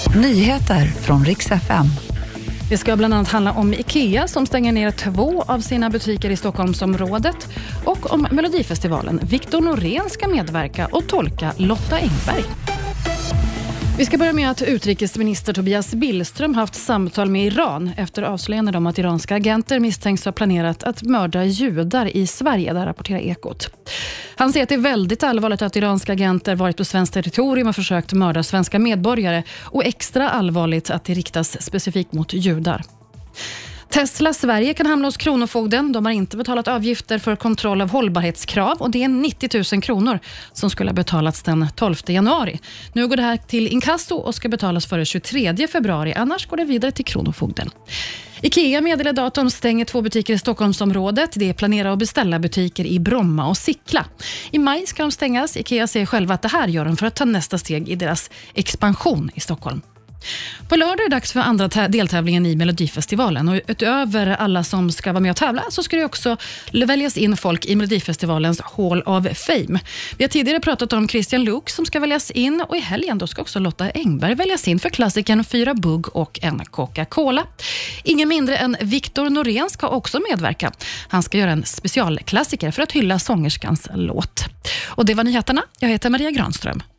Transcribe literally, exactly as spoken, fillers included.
Nyheter från Rix F M. Det ska bland annat handla om IKEA som stänger ner två av sina butiker i Stockholmsområdet och om Melodifestivalen. Viktor Norén ska medverka och tolka Lotta Engberg. Vi ska börja med att utrikesminister Tobias Billström haft samtal med Iran efter avslöjanden om att iranska agenter misstänks ha planerat att mörda judar i Sverige, där rapporterar Ekot. Han säger att det är väldigt allvarligt att iranska agenter varit på svenskt territorium och försökt mörda svenska medborgare, och extra allvarligt att det riktas specifikt mot judar. Tesla Sverige kan hamna hos Kronofogden. De har inte betalat avgifter för kontroll av hållbarhetskrav, och det är nittio tusen kronor som skulle ha betalats den tolfte januari. Nu går det här till inkasso och ska betalas före tjugotredje februari, annars går det vidare till Kronofogden. IKEA meddelade idag att de stänger två butiker i Stockholmsområdet. Det är planera och beställa butiker i Bromma och Sickla. I maj ska de stängas. IKEA säger själva att det här gör de för att ta nästa steg i deras expansion i Stockholm. På lördag är det dags för andra tä- deltävlingen i Melodifestivalen, och utöver alla som ska vara med och tävla så ska det också väljas in folk i Melodifestivalens Hall of Fame. Vi har tidigare pratat om Christian Luuk som ska väljas in, och i helgen då ska också Lotta Engberg väljas in för klassikern Fyra Bugg och en Coca-Cola. Ingen mindre än Viktor Norén ska också medverka. Han ska göra en specialklassiker för att hylla sångerskans låt. Och det var nyheterna. Jag heter Maria Granström.